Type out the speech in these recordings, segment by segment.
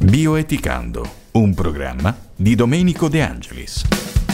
Bioeticando, un programma di Domenico De Angelis.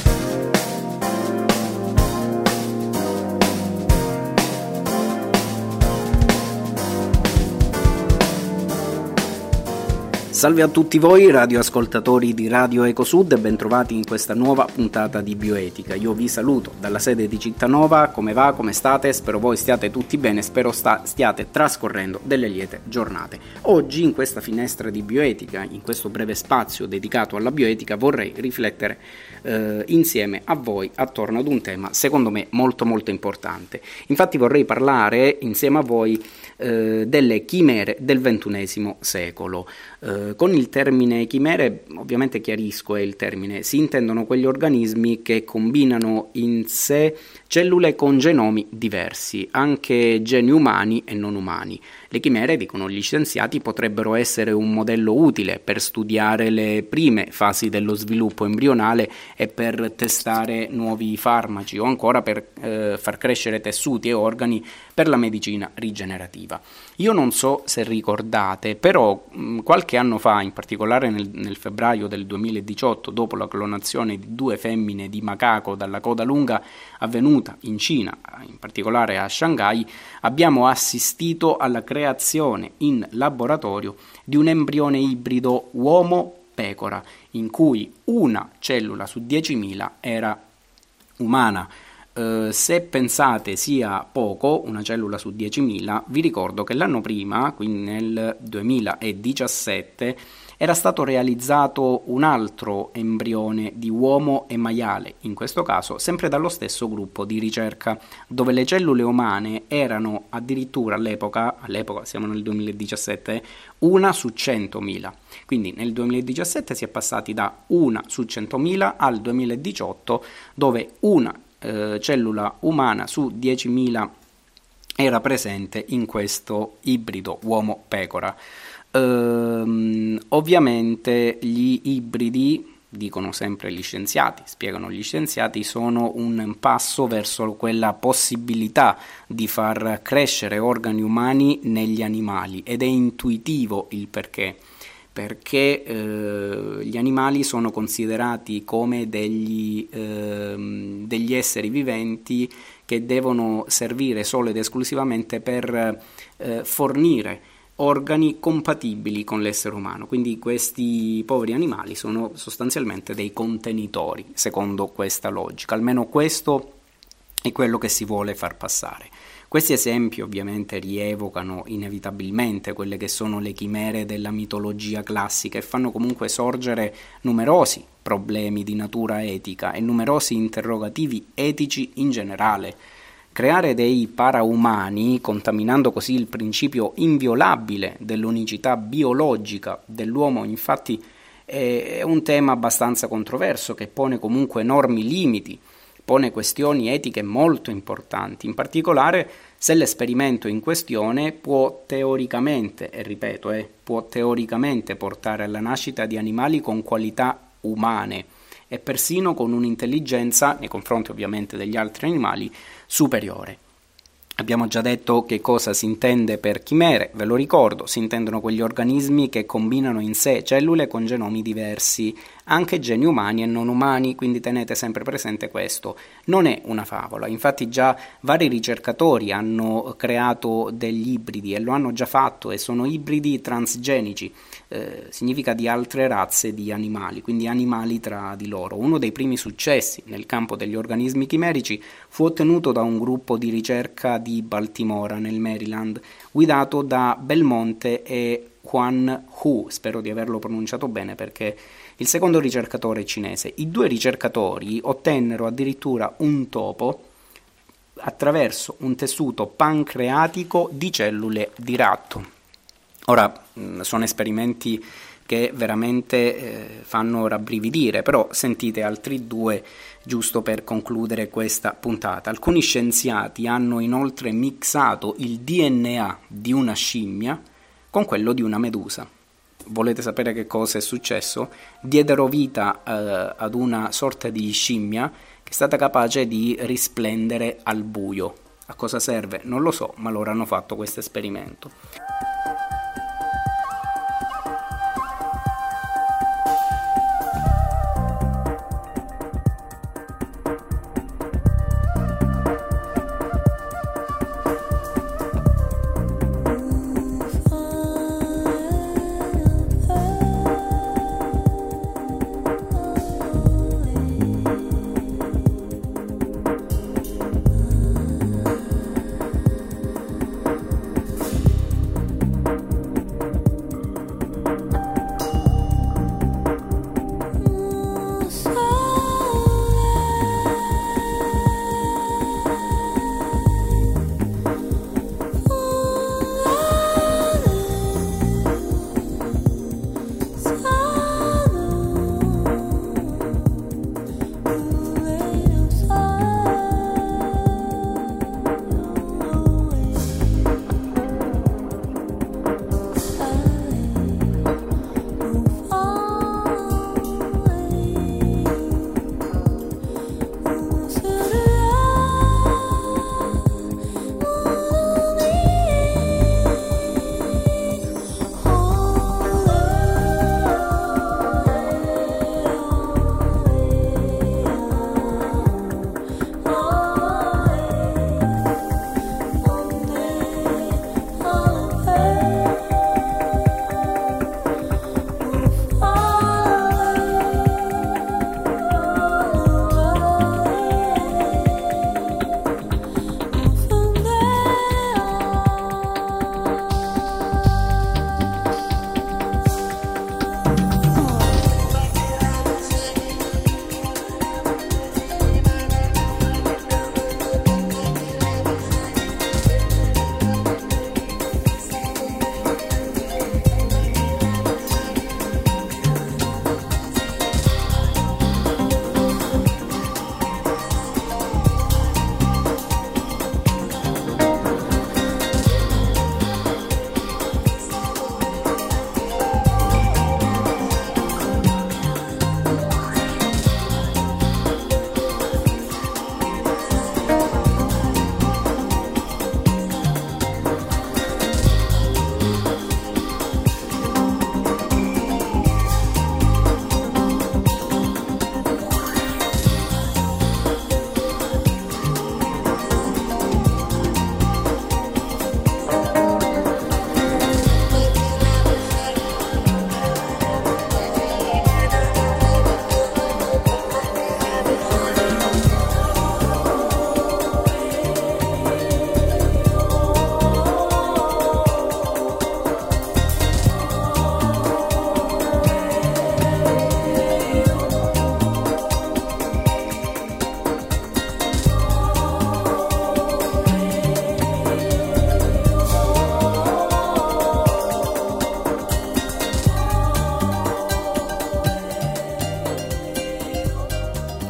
Salve a tutti voi radioascoltatori di Radio Ecosud e bentrovati in questa nuova puntata di Bioetica. Io vi saluto dalla sede di Cittanova. Come va? Come state? Spero voi stiate tutti bene, spero stiate trascorrendo delle liete giornate. Oggi in questa finestra di Bioetica, in questo breve spazio dedicato alla bioetica, vorrei riflettere insieme a voi attorno ad un tema secondo me molto importante. Infatti vorrei parlare insieme a voi delle chimere del XXI secolo. Con il termine chimere, ovviamente chiarisco il termine, si intendono quegli organismi che combinano in sé cellule con genomi diversi, anche geni umani e non umani. Le chimere, dicono gli scienziati, potrebbero essere un modello utile per studiare le prime fasi dello sviluppo embrionale e per testare nuovi farmaci o ancora per far crescere tessuti e organi per la medicina rigenerativa. Io non so se ricordate, però qualche anno fa, in particolare nel febbraio del 2018, dopo la clonazione di 2 femmine di macaco dalla coda lunga avvenuta in Cina, in particolare a Shanghai, abbiamo assistito alla creazione in laboratorio di un embrione ibrido uomo-pecora, in cui una cellula su 10.000 era umana. Se pensate sia poco, una cellula su 10.000, vi ricordo che l'anno prima, quindi nel 2017, era stato realizzato un altro embrione di uomo e maiale, in questo caso sempre dallo stesso gruppo di ricerca, dove le cellule umane erano addirittura all'epoca siamo nel 2017, una su 100.000. Quindi nel 2017 si è passati da una su 100.000 al 2018, dove una cellula umana su 10.000 era presente in questo ibrido uomo-pecora. Ovviamente gli ibridi, dicono sempre gli scienziati, spiegano gli scienziati, sono un passo verso quella possibilità di far crescere organi umani negli animali, ed è intuitivo il perché gli animali sono considerati come degli esseri viventi che devono servire solo ed esclusivamente per fornire organi compatibili con l'essere umano. Quindi questi poveri animali sono sostanzialmente dei contenitori, secondo questa logica. Almeno questo è quello che si vuole far passare. Questi esempi ovviamente rievocano inevitabilmente quelle che sono le chimere della mitologia classica e fanno comunque sorgere numerosi problemi di natura etica e numerosi interrogativi etici in generale. Creare dei paraumani, contaminando così il principio inviolabile dell'unicità biologica dell'uomo, infatti è un tema abbastanza controverso che pone comunque enormi limiti, pone questioni etiche molto importanti, in particolare se l'esperimento in questione può teoricamente, e ripeto, può teoricamente portare alla nascita di animali con qualità umane e persino con un'intelligenza, nei confronti ovviamente degli altri animali, superiore. Abbiamo già detto che cosa si intende per chimere, ve lo ricordo, si intendono quegli organismi che combinano in sé cellule con genomi diversi, anche geni umani e non umani, quindi tenete sempre presente questo. Non è una favola, infatti già vari ricercatori hanno creato degli ibridi e lo hanno già fatto, e sono ibridi transgenici, significa di altre razze di animali, quindi animali tra di loro. Uno dei primi successi nel campo degli organismi chimerici fu ottenuto da un gruppo di ricerca di Baltimora, nel Maryland, guidato da Belmonte e Quan Hu, spero di averlo pronunciato bene perché il secondo ricercatore è cinese. I 2 ricercatori ottennero addirittura un topo attraverso un tessuto pancreatico di cellule di ratto. Ora, sono esperimenti che veramente fanno rabbrividire, però sentite altri 2 giusto per concludere questa puntata. Alcuni scienziati hanno inoltre mixato il DNA di una scimmia con quello di una medusa. Volete sapere che cosa è successo? Diedero vita ad una sorta di scimmia che è stata capace di risplendere al buio. A cosa serve? Non lo so, ma loro hanno fatto questo esperimento.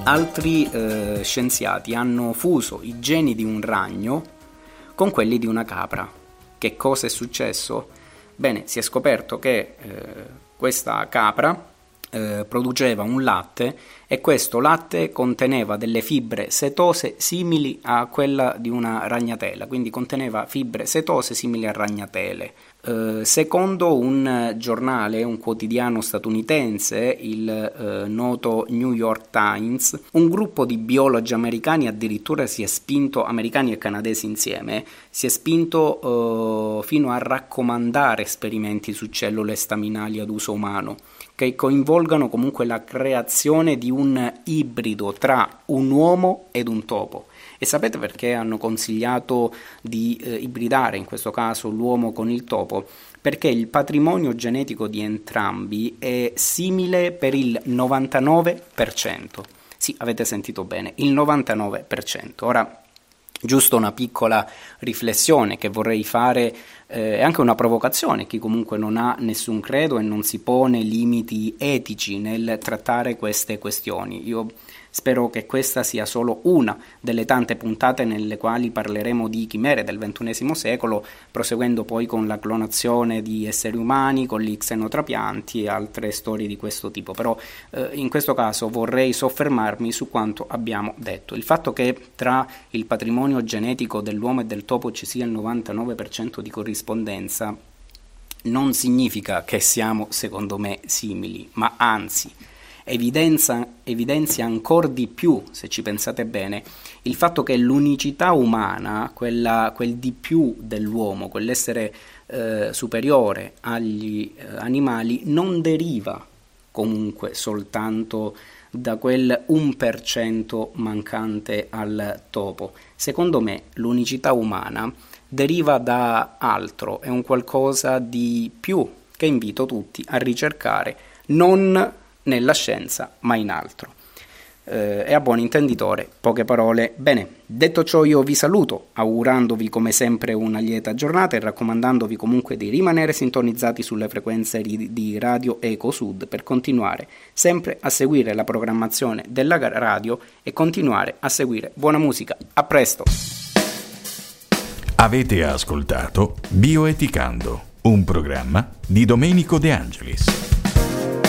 altri scienziati hanno fuso i geni di un ragno con quelli di una capra. Che cosa è successo? Bene, si è scoperto che questa capra produceva un latte, e questo latte conteneva delle fibre setose simili a quella di una ragnatela, quindi conteneva fibre setose simili a ragnatele. Secondo un giornale, un quotidiano statunitense, il noto New York Times, un gruppo di biologi americani addirittura si è spinto, americani e canadesi insieme, si è spinto fino a raccomandare esperimenti su cellule staminali ad uso umano, che coinvolgano comunque la creazione di un ibrido tra un uomo ed un topo. E sapete perché hanno consigliato di ibridare in questo caso l'uomo con il topo? Perché il patrimonio genetico di entrambi è simile per il 99%. Sì, avete sentito bene, il 99%. Ora, giusto una piccola riflessione che vorrei fare, anche una provocazione a chi comunque non ha nessun credo e non si pone limiti etici nel trattare queste questioni. Io spero che questa sia solo una delle tante puntate nelle quali parleremo di chimere del XXI secolo, proseguendo poi con la clonazione di esseri umani, con gli xenotrapianti e altre storie di questo tipo. Però in questo caso vorrei soffermarmi su quanto abbiamo detto. Il fatto che tra il patrimonio genetico dell'uomo e del topo ci sia il 99% di corrispondenza non significa che siamo, secondo me, simili, ma anzi evidenzia ancora di più, se ci pensate bene, il fatto che l'unicità umana, quel di più dell'uomo, quell'essere superiore agli animali, non deriva comunque soltanto da quel 1% mancante al topo. Secondo me l'unicità umana deriva da altro, è un qualcosa di più che invito tutti a ricercare, non nella scienza ma in altro. E a buon intenditore, poche parole. Bene, detto ciò io vi saluto, augurandovi come sempre una lieta giornata e raccomandandovi comunque di rimanere sintonizzati sulle frequenze di Radio Eco Sud per continuare sempre a seguire la programmazione della radio e continuare a seguire buona musica. A presto! Avete ascoltato Bioeticando, un programma di Domenico De Angelis.